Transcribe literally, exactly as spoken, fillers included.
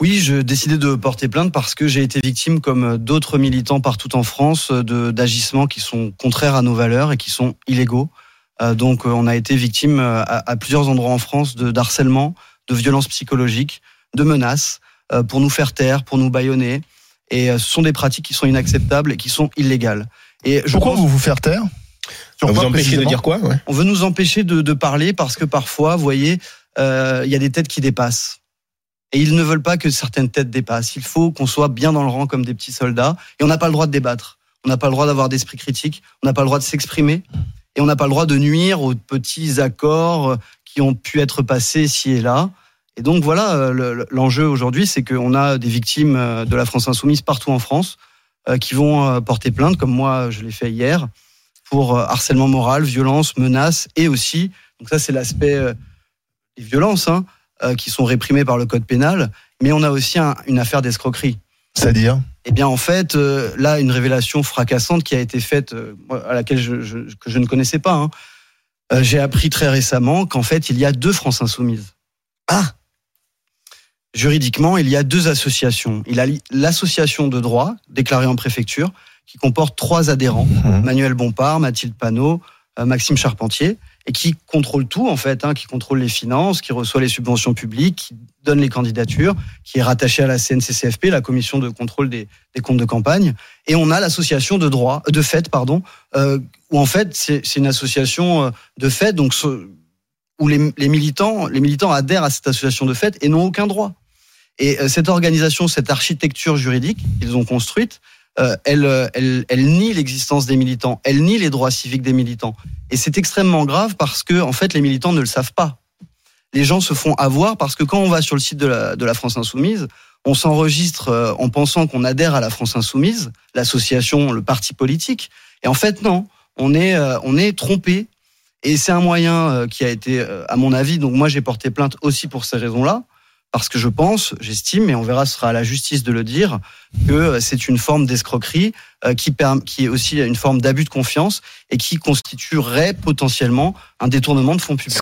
Oui, je décidais de porter plainte parce que j'ai été victime, comme d'autres militants partout en France, de, d'agissements qui sont contraires à nos valeurs et qui sont illégaux. Euh, donc on a été victime à, à plusieurs endroits en France de d'harcèlement, de violences psychologiques, de menaces, euh, pour nous faire taire, pour nous bâillonner. Et euh, ce sont des pratiques qui sont inacceptables et qui sont illégales. Et je Pourquoi pense... vous vous faire taire? Sur vous quoi, empêcher de dire quoi ouais. On veut nous empêcher de, de parler parce que parfois, vous voyez, euh, il y a des têtes qui dépassent. Et ils ne veulent pas que certaines têtes dépassent. Il faut qu'on soit bien dans le rang comme des petits soldats. Et on n'a pas le droit de débattre. On n'a pas le droit d'avoir d'esprit critique. On n'a pas le droit de s'exprimer. Et on n'a pas le droit de nuire aux petits accords qui ont pu être passés ici et là. Et donc voilà, le, l'enjeu aujourd'hui, c'est qu'on a des victimes de la France Insoumise partout en France euh, qui vont porter plainte, comme moi je l'ai fait hier, pour harcèlement moral, violence, menaces et aussi, donc ça c'est l'aspect euh, des violences, hein, euh, qui sont réprimées par le code pénal, mais on a aussi un, une affaire d'escroquerie. C'est-à-dire ? Eh bien, en fait, euh, là, une révélation fracassante qui a été faite, euh, à laquelle je, je, que je ne connaissais pas. Hein. Euh, j'ai appris très récemment qu'en fait, il y a deux France Insoumises. Ah ! Juridiquement, il y a deux associations. Il y a l'association de droit, déclarée en préfecture, qui comporte trois adhérents, mmh. Manuel Bompard, Mathilde Panot, euh, Maxime Charpentier, et qui contrôle tout, en fait, hein, qui contrôle les finances, qui reçoit les subventions publiques, qui donne les candidatures, qui est rattaché à la C N C C F P, la commission de contrôle des, des comptes de campagne. Et on a l'association de droit, de fait, pardon, euh, où en fait c'est, c'est une association de fait, donc où les, les militants, les militants adhèrent à cette association de fait et n'ont aucun droit. Et euh, cette organisation, cette architecture juridique qu'ils ont construite, euh, elle, elle, elle nie l'existence des militants, elle nie les droits civiques des militants. Et c'est extrêmement grave parce que en fait les militants ne le savent pas. Les gens se font avoir parce que quand on va sur le site de la, de la France Insoumise, on s'enregistre en pensant qu'on adhère à la France Insoumise, l'association, le parti politique. Et en fait, non, on est, on est trompé. Et c'est un moyen qui a été, à mon avis, donc moi j'ai porté plainte aussi pour ces raisons-là, parce que je pense, j'estime, et on verra, ce sera à la justice de le dire, que c'est une forme d'escroquerie qui, permet, qui est aussi une forme d'abus de confiance et qui constituerait potentiellement un détournement de fonds publics.